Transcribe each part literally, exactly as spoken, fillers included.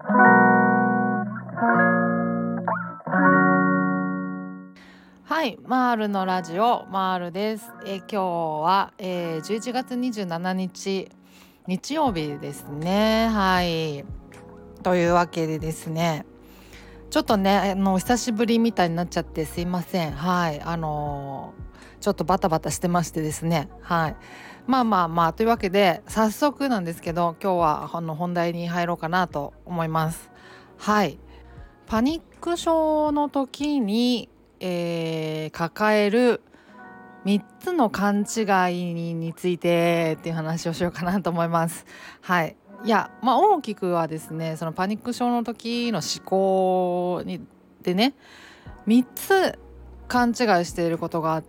はい、マールのラジオマールです。えー今日は、えーじゅういちがつにじゅうしちにち日曜日ですね。はい、というわけでですね、ちょっとねあの久しぶりみたいになっちゃってすいません。はい、あのーちょっとバタバタしてましてですね。はい、まあまあまあというわけで早速なんですけど、今日はあの本題に入ろうかなと思います。はい、パニック症の時に、えー抱えるみっつの勘違いについてっていう話をしようかなと思います。はい。いや、まあ大きくはですね、そのパニック症の時の思考にでね、みっつ勘違いしていることがあって、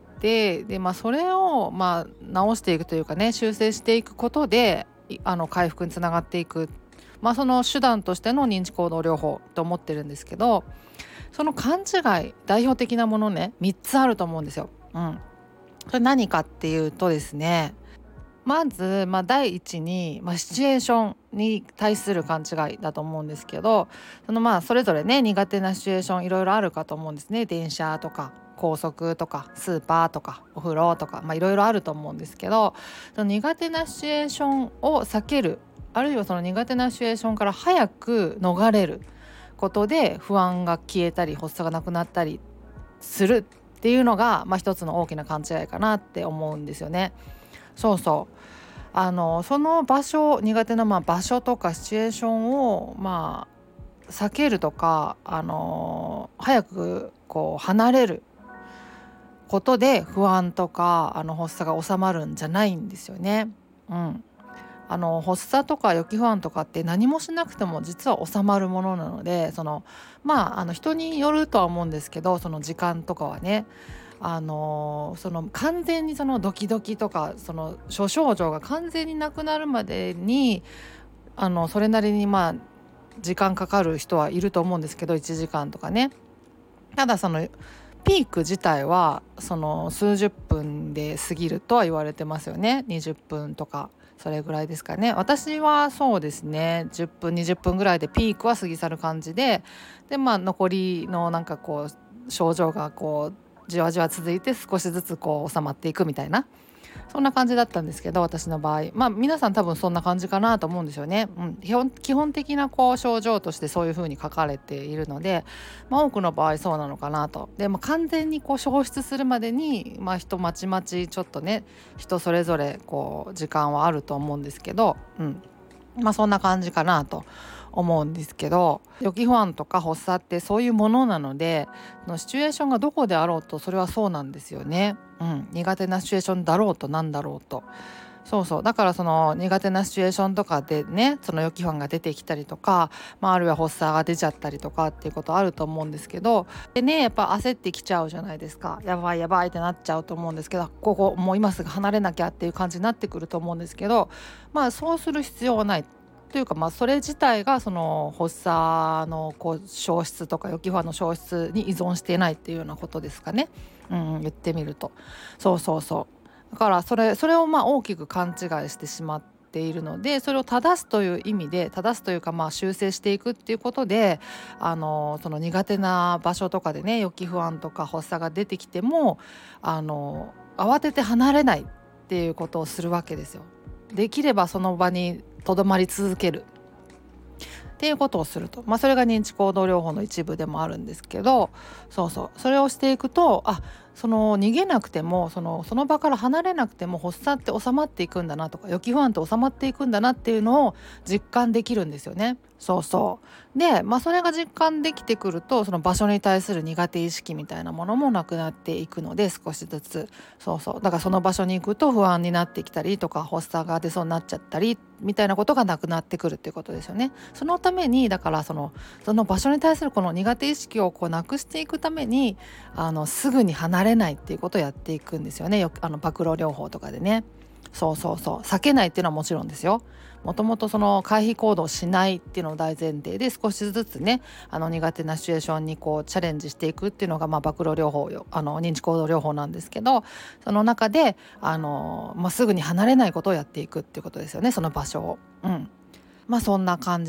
で、まあそれをまあ直していくというかね、修正していくことで、いあの回復につながっていく。まあその手段としての認知行動療法と思ってるんですけど、その勘違い代表的なものね、みっつあると思うんですよ。うん。それ何かっていうとですね、まず、まあ、第一に、まあ、シチュエーションに対する勘違いだと思うんですけど、そのまあそれぞれね苦手なシチュエーションいろいろあるかと思うんですね。電車とか高速とかスーパーとかお風呂とか、まあ、いろいろあると思うんですけど、その苦手なシチュエーションを避ける、あるいはその苦手なシチュエーションから早く逃れることで不安が消えたり発作がなくなったりするっていうのが、まあ、一つの大きな勘違いかなって思うんですよね。そうそう、あのその場所苦手なまあ場所とかシチュエーションをまあ避けるとか、あの早くこう離れることで不安とかあの発作が収まるんじゃないんですよね。うん、あの発作とか予期不安とかって何もしなくても実は収まるものなので、そのまああの人によるとは思うんですけど、その時間とかはね、あのその完全にそのドキドキとかその諸症状が完全になくなるまでにあのそれなりにまあ時間かかる人はいると思うんですけど、いちじかんとかね。ただそのピーク自体はその数十分で過ぎるとは言われてますよね。にじゅっぷんとかそれぐらいですかね。私はそうですね、じゅっぷんにじゅっぷんぐらいでピークは過ぎ去る感じで、でまあ残りのなんかこう症状がこうじわじわ続いて少しずつこう収まっていくみたいな、そんな感じだったんですけど、私の場合まあ皆さん多分そんな感じかなと思うんですよね。うん、基本基本的なこう症状としてそういう風に書かれているので、まあ、多くの場合そうなのかなと。でも完全にこう消失するまでにまあ人まちまちちょっとね、人それぞれこう時間はあると思うんですけど、うん、まあそんな感じかなと思うんですけど、予期不安とか発作ってそういうものなので、そのシチュエーションがどこであろうとそれはそうなんですよね。うん、苦手なシチュエーションだろうとなんだろうと、そうそう、だからその苦手なシチュエーションとかでね、その予期不安が出てきたりとか、まあ、あるいは発作が出ちゃったりとかっていうことあると思うんですけど、でねやっぱ焦ってきちゃうじゃないですか。やばいやばいってなっちゃうと思うんですけど、ここもう今すぐ離れなきゃっていう感じになってくると思うんですけど、まあそうする必要はないというか、まあそれ自体がその発作のこう消失とか予期不安の消失に依存していないっていうようなことですかね。うん、言ってみるとそうそうそう、だからそれそれをまあ大きく勘違いしてしまっているので、それを正すという意味で、正すというかまあ修正していくっていうことで、あのその苦手な場所とかでね予期不安とか発作が出てきても、あの慌てて離れないっていうことをするわけですよ。できればその場にとどまり続けるっていうことをすると、まあ、それが認知行動療法の一部でもあるんですけど、そうそうそれをしていくと、あ、その逃げなくてもそのその場から離れなくても発作って収まっていくんだなとか、予期不安って収まっていくんだなっていうのを実感できるんですよね。そうそうで、まあ、それが実感できてくると、その場所に対する苦手意識みたいなものもなくなっていくので、少しずつ、そうそう、だからその場所に行くと不安になってきたりとか発作が出そうになっちゃったりみたいなことがなくなってくるっていうことですよね。そのためにだからそのその場所に対するこの苦手意識をこうなくしていくために、あのすぐに離れないっていうことをやっていくんですよね。よくあの暴露療法とかでね。そうそうそう、避けないっていうのはもちろんですよ。もともとその回避行動しないっていうのを大前提で、少しずつねあの苦手なシチュエーションにこうチャレンジしていくっていうのがまあ暴露療法よ、あの認知行動療法なんですけど、その中であの、まあ、すぐに離れないことをやっていくっていうことですよね、その場所を。うん、まあそんな感じ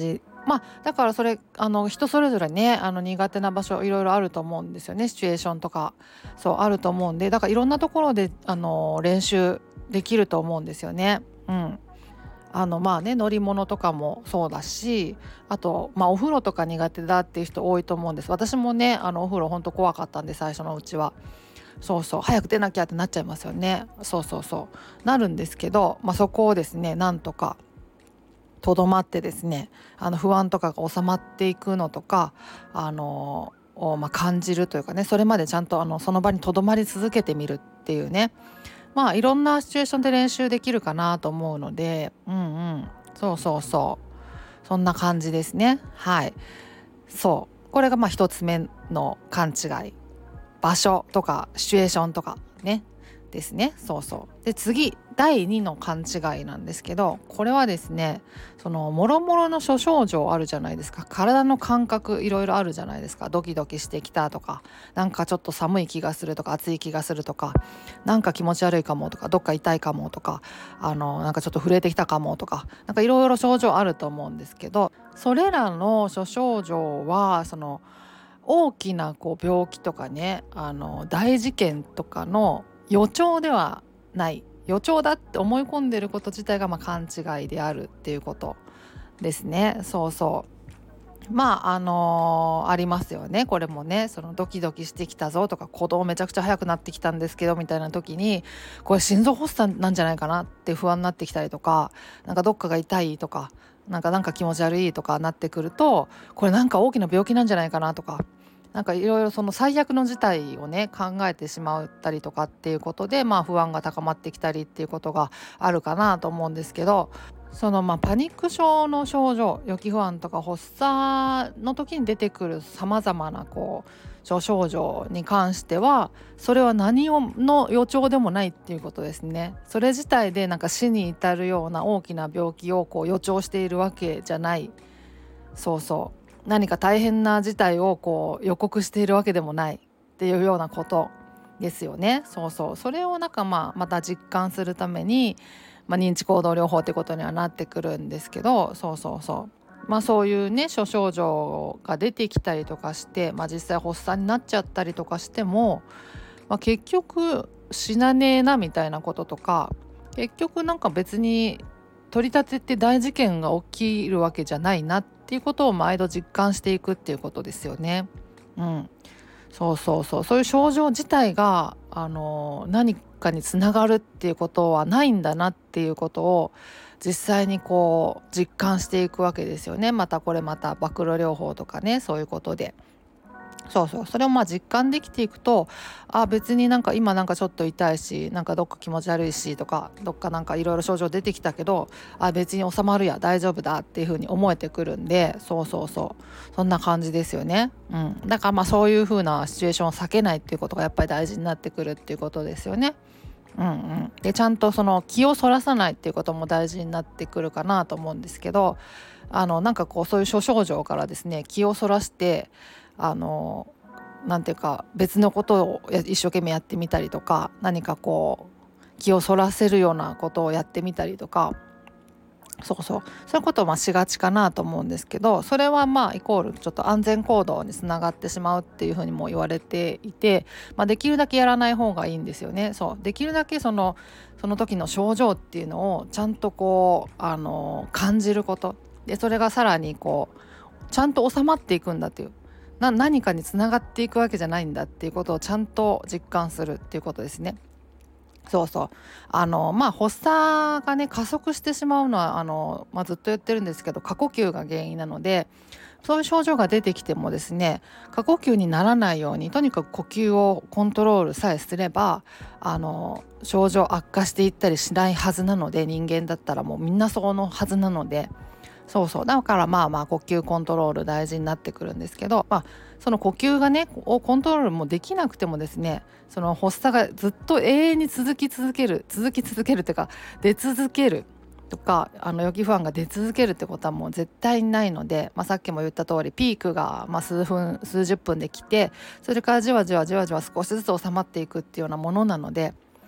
まあだからそれあの人それぞれねあの苦手な場所いろいろあると思うんですよね。シチュエーションとかそうあると思うんで、だからいろんなところであの練習できると思うんですよね。うん。あのまあね乗り物とかもそうだし、あとまあお風呂とか苦手だっていう人多いと思うんです。私もねあのお風呂ほんと怖かったんで最初のうちは。そうそう早く出なきゃってなっちゃいますよね。そうそうそうなるんですけど、まあ、そこをですねなんとかとどまってですねあの不安とかが収まっていくのとかあのをまあ感じるというかね、それまでちゃんとあのその場にとどまり続けてみるっていうね、まあいろんなシチュエーションで練習できるかなと思うので、うんうんそうそうそうそんな感じですね。はい、そうこれがまあ一つ目の勘違い、場所とかシチュエーションとかねですね。そうそうで次だいにの勘違いなんですけど、これはですねそのもろもろの諸症状あるじゃないですか。体の感覚いろいろあるじゃないですか。ドキドキしてきたとか、なんかちょっと寒い気がするとか暑い気がするとか、なんか気持ち悪いかもとかどっか痛いかもとか、あのなんかちょっと震えてきたかもとか、なんかいろいろ症状あると思うんですけど、それらの諸症状はその大きなこう病気とかねあの大事件とかの予兆ではない、予兆だって思い込んでること自体がまあ勘違いであるっていうことですね。そうそうまああのーありますよね。これもねそのドキドキしてきたぞとか、鼓動めちゃくちゃ速くなってきたんですけどみたいな時に、これ心臓発作なんじゃないかなって不安になってきたりとか、なんかどっかが痛いとかなんかなんか気持ち悪いとかなってくると、これなんか大きな病気なんじゃないかなとか、なんかいろいろその最悪の事態をね考えてしまったりとかっていうことで、まあ不安が高まってきたりっていうことがあるかなと思うんですけど、そのまあパニック症の症状、予期不安とか発作の時に出てくるさまざまなこう諸症状に関しては、それは何をの予兆でもないっていうことですね。それ自体でなんか死に至るような大きな病気をこう予兆しているわけじゃない。そうそう何か大変な事態をこう予告しているわけでもないっていうようなことですよね。そうそうそれをなんかまあまた実感するために、まあ、認知行動療法ってことにはなってくるんですけど、そうそうそうまあそういうね諸症状が出てきたりとかして、まあ、実際発作になっちゃったりとかしても、まあ、結局死なねえなみたいなこととか、結局なんか別に取り立てて大事件が起きるわけじゃないなっていうことを毎度実感していくっていうことですよね。うん、そうそうそうそういう症状自体があの何かにつながるっていうことはないんだなっていうことを実際にこう実感していくわけですよね。またこれまた暴露療法とかねそういうことで。そうそうそれをまあ実感できていくと、あ別になんか今なんかちょっと痛いし、なんかどっか気持ち悪いしとか、どっかなんかいろいろ症状出てきたけど、あ別に収まるや大丈夫だっていう風に思えてくるんで、そうそうそうそんな感じですよね。うん、だからまあそういう風なシチュエーションを避けないっていうことがやっぱり大事になってくるっていうことですよね。うんうん、でちゃんとその気をそらさないっていうことも大事になってくるかなと思うんですけど、あのなんかこうそういう諸症状からですね気をそらして、あのなんていうか別のことを一生懸命やってみたりとか、何かこう気をそらせるようなことをやってみたりとか、そうそうそういうことをまあしがちかなと思うんですけど、それはまあイコールちょっと安全行動につながってしまうっていうふうにも言われていて、まあ、できるだけやらない方がいいんですよね。そうできるだけそのその時の症状っていうのをちゃんとこうあの感じることで、それがさらにこうちゃんと収まっていくんだっていう、な何かにつながっていくわけじゃないんだっていうことをちゃんと実感するっていうことですね。そうそうあのまあ発作がね加速してしまうのはあの、まあ、ずっと言ってるんですけど過呼吸が原因なので、そういう症状が出てきてもですね過呼吸にならないようにとにかく呼吸をコントロールさえすればあの症状悪化していったりしないはずなので、人間だったらもうみんなそうのはずなので、そうそうだからまあまあ呼吸コントロール大事になってくるんですけど、まあその呼吸がねをコントロールもできなくてもですね、その発作がずっと永遠に続き続ける続き続けるというか出続けるとか、あの予期不安が出続けるってことはもう絶対にないので、まあ、さっきも言った通りピークがまあ数分数十分で来て、それからじわじわじわじわ少しずつ収まっていくっていうようなものなので、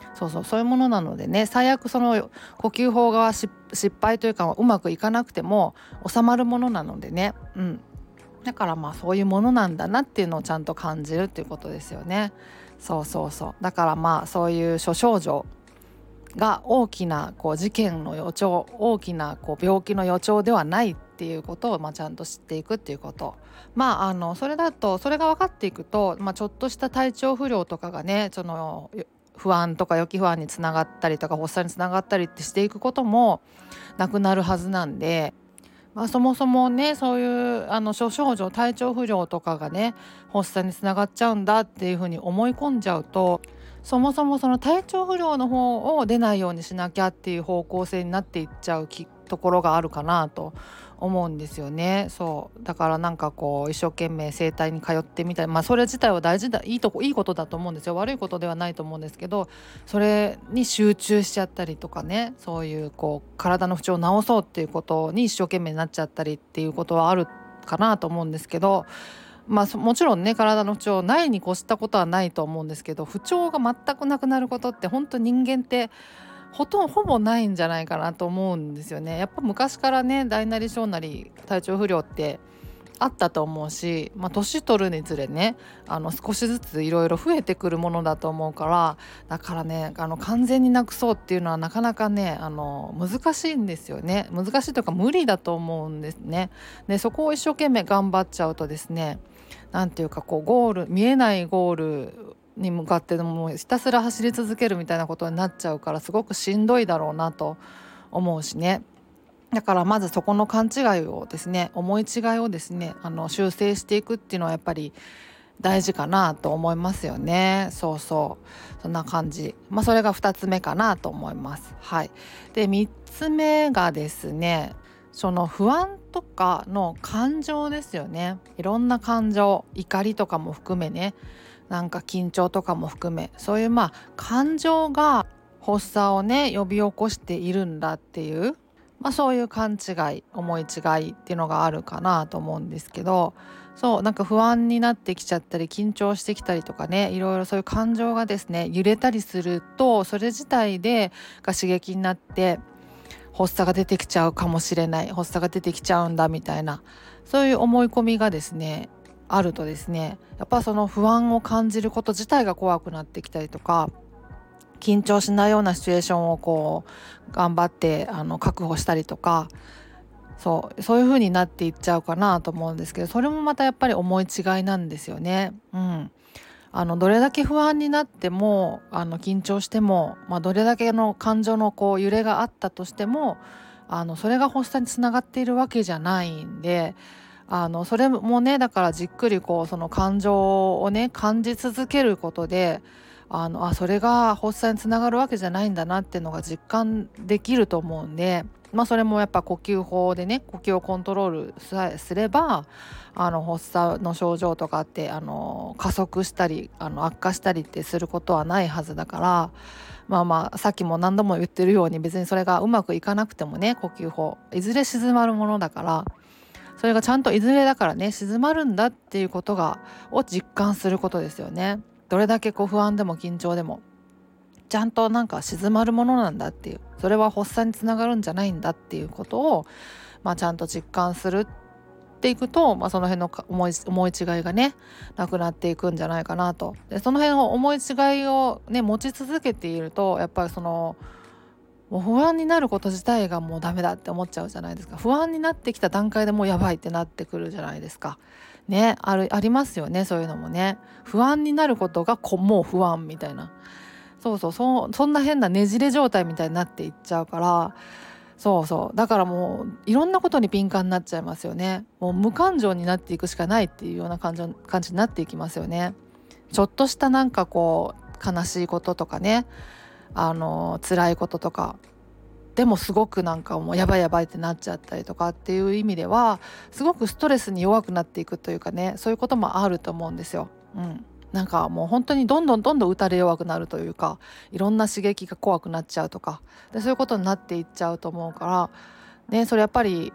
そうそう、そういうものなのでね、最悪その呼吸法が失敗というかうまくいかなくても収まるものなのでね、うん、だからまあそういうものなんだなっていうのをちゃんと感じるっていうことですよね。そうそうそう、だからまあそういう諸症状が大きなこう事件の予兆、大きなこう病気の予兆ではないっていうことを、まあ、ちゃんと知っていくっていうこと、まああのそれだと、それが分かっていくと、まあ、ちょっとした体調不良とかがね、その不安とか予期不安につながったりとか発作につながったりってしていくこともなくなるはずなんで、まあ、そもそもねそういうあの諸症状、体調不良とかがね発作につながっちゃうんだっていうふうに思い込んじゃうと、そもそもその体調不良の方を出ないようにしなきゃっていう方向性になっていっちゃうきところがあるかなと思うんですよね。そうだからなんかこう一生懸命整体に通ってみたい、まあそれ自体は大事だ、いいとこいいことだと思うんですよ。悪いことではないと思うんですけど、それに集中しちゃったりとかね、そういうこう体の不調を治そうっていうことに一生懸命になっちゃったりっていうことはあるかなと思うんですけど、まあもちろんね体の不調ないに越したことはないと思うんですけど、不調が全くなくなることって本当人間ってほとんどほぼないんじゃないかなと思うんですよね。やっぱ昔からね大なり小なり体調不良ってあったと思うし、まあ、年取るにつれねあの少しずついろいろ増えてくるものだと思うから、だからねあの完全になくそうっていうのはなかなかねあの難しいんですよね。難しいというか無理だと思うんですね。でそこを一生懸命頑張っちゃうとですね、なんていうかこうゴール、見えないゴールに向かってもうひたすら走り続けるみたいなことになっちゃうから、すごくしんどいだろうなと思うしね。だからまずそこの勘違いをですね、思い違いをですねあの修正していくっていうのはやっぱり大事かなと思いますよね。そうそう、そんな感じ。まあそれがふたつめかなと思います。はい。でみっつめがですね、その不安とかの感情ですよね。いろんな感情、怒りとかも含めね、なんか緊張とかも含め、そういうまあ感情が発作をね呼び起こしているんだっていう、まあ、そういう勘違い、思い違いっていうのがあるかなと思うんですけど、そうなんか不安になってきちゃったり緊張してきたりとかね、いろいろそういう感情がですね揺れたりすると、それ自体でが刺激になって発作が出てきちゃうかもしれない、発作が出てきちゃうんだみたいな、そういう思い込みがですねあるとですね、やっぱその不安を感じること自体が怖くなってきたりとか、緊張しないようなシチュエーションをこう頑張ってあの確保したりとか、そうそういう風になっていっちゃうかなと思うんですけど、それもまたやっぱり思い違いなんですよね。うん、あのどれだけ不安になってもあの緊張しても、まあ、どれだけの感情のこう揺れがあったとしても、あのそれが発作につながっているわけじゃないんで、あのそれもねだからじっくりこうその感情をね感じ続けることで、あのあそれが発作につながるわけじゃないんだなっていうのが実感できると思うんで、まあそれもやっぱ呼吸法でね呼吸をコントロールさえすれば、あの発作の症状とかってあの加速したりあの悪化したりってすることはないはずだから、まあまあさっきも何度も言ってるように、別にそれがうまくいかなくてもね呼吸法いずれ静まるものだから、それがちゃんといずれだからね静まるんだっていうことがを実感することですよね。どれだけこう不安でも緊張でもちゃんとなんか静まるものなんだっていう、それは発作につながるんじゃないんだっていうことを、まあ、ちゃんと実感するっていくと、まあ、その辺の思い、思い違いがねなくなっていくんじゃないかなと。でその辺の思い違いをね持ち続けていると、やっぱりそのもう不安になること自体がもうダメだって思っちゃうじゃないですか。不安になってきた段階でもうやばいってなってくるじゃないですか。ね、あるありますよね、そういうのもね。不安になることがこもう不安みたいな、そうそう、そそんな変なねじれ状態みたいになっていっちゃうから、そうそう、だからもういろんなことに敏感になっちゃいますよね。もう無感情になっていくしかないっていうような感じ感じになっていきますよね。ちょっとしたなんかこう悲しいこととかね、あの辛いこととかでもすごくなんかもうやばいやばいってなっちゃったりとかっていう意味では、すごくストレスに弱くなっていくというかね、そういうこともあると思うんですよ。うん、なんかもう本当にどんどんどんどん打たれ弱くなるというか、いろんな刺激が怖くなっちゃうとかで、そういうことになっていっちゃうと思うからね、それやっぱり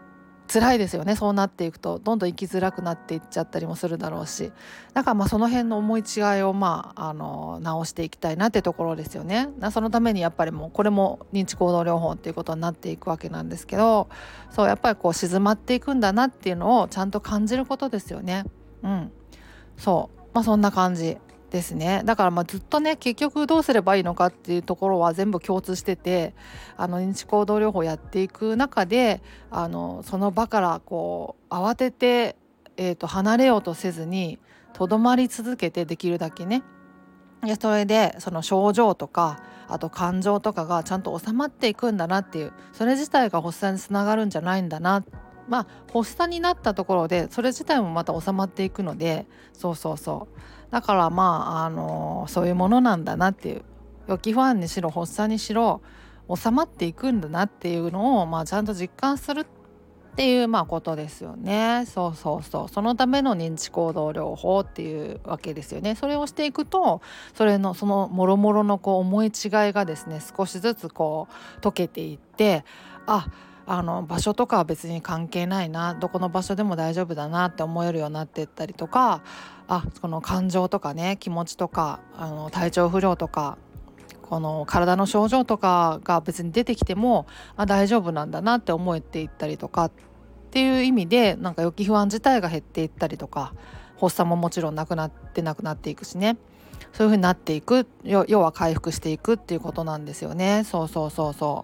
辛いですよね。そうなっていくとどんどん生きづらくなっていっちゃったりもするだろうし、だからまあその辺の思い違いをまああの直していきたいなってところですよね。そのためにやっぱりもうこれも認知行動療法っていうことになっていくわけなんですけど、そうやっぱりこう静まっていくんだなっていうのをちゃんと感じることですよね。うん、そうまあそんな感じですね。だからまあずっとね、結局どうすればいいのかっていうところは全部共通してて、あの認知行動療法やっていく中で、あのその場からこう慌てて、えー、と離れようとせずにとどまり続けて、できるだけね、でそれでその症状とかあと感情とかがちゃんと収まっていくんだなっていう、それ自体が発作につながるんじゃないんだな、まあ発作になったところでそれ自体もまた収まっていくので、そうそうそう、だからまああのそういうものなんだなっていう、予期不安にしろ発作にしろ収まっていくんだなっていうのを、まあ、ちゃんと実感するっていうまあことですよね。そうそうそう、そのための認知行動療法っていうわけですよね。それをしていくと、それのそのもろもろのこう思い違いがですね、少しずつこう解けていって、ああの場所とかは別に関係ないな、どこの場所でも大丈夫だなって思えるようになっていったりとか、あこの感情とかね、気持ちとかあの体調不良とかこの体の症状とかが別に出てきても、あ大丈夫なんだなって思えていったりとかっていう意味で、なんか予期不安自体が減っていったりとか、発作ももちろんなくなってなくなっていくしね、そういう風になっていく、要は回復していくっていうことなんですよね。そうそうそうそう、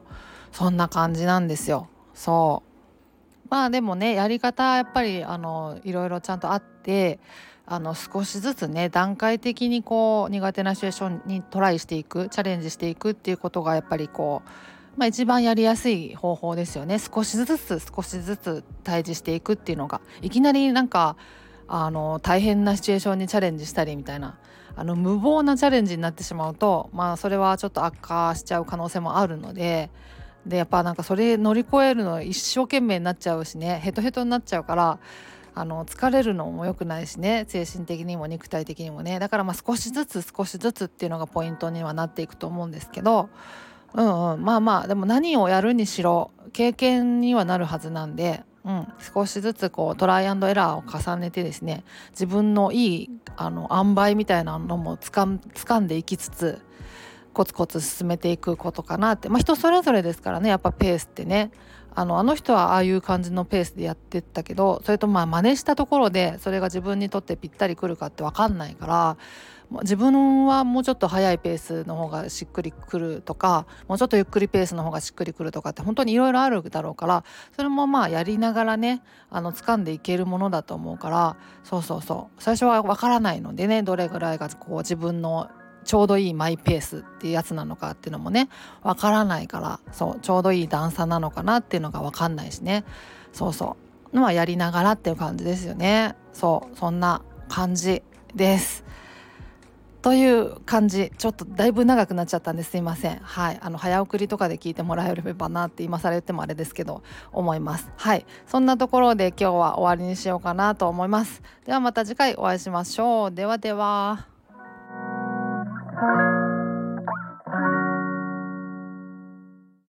そんな感じなんですよ。そうまあでもね、やり方やっぱりあのいろいろちゃんとあって、あの少しずつね段階的にこう苦手なシチュエーションにトライしていく、チャレンジしていくっていうことがやっぱりこう、まあ、一番やりやすい方法ですよね。少しずつ少しずつ対峙していくっていうのが、いきなりなんかあの大変なシチュエーションにチャレンジしたりみたいな、あの無謀なチャレンジになってしまうと、まあそれはちょっと悪化しちゃう可能性もあるので、でやっぱなんかそれ乗り越えるの一生懸命になっちゃうしね、ヘトヘトになっちゃうから、あの疲れるのも良くないしね、精神的にも肉体的にもね。だからまあ少しずつ少しずつっていうのがポイントにはなっていくと思うんですけど、うんうん、まあまあでも何をやるにしろ経験にはなるはずなんで、うん、少しずつこうトライアンドエラーを重ねてですね、自分のいいあの塩梅みたいなのもつかん掴んでいきつつ、コツコツ進めていくことかなって。まあ人それぞれですからね、やっぱペースってね、あのあの人はああいう感じのペースでやってったけど、それとまあ真似したところでそれが自分にとってぴったりくるかって分かんないから、自分はもうちょっと速いペースの方がしっくりくるとか、もうちょっとゆっくりペースの方がしっくりくるとかって本当にいろいろあるだろうから、それもまあやりながらね、あの掴んでいけるものだと思うから、そうそうそう、最初は分からないのでね、どれぐらいがこう自分のちょうどいいマイペースっていうやつなのかっていうのもねわからないから、そうちょうどいい段差なのかなっていうのがわかんないしね、そうそうのはやりながらっていう感じですよね。そうそんな感じですという感じ、ちょっとだいぶ長くなっちゃったんですいません。はい、あの早送りとかで聞いてもらえればなって今更言ってもあれですけど思います。はい、そんなところで今日は終わりにしようかなと思います。ではまた次回お会いしましょう。ではでは。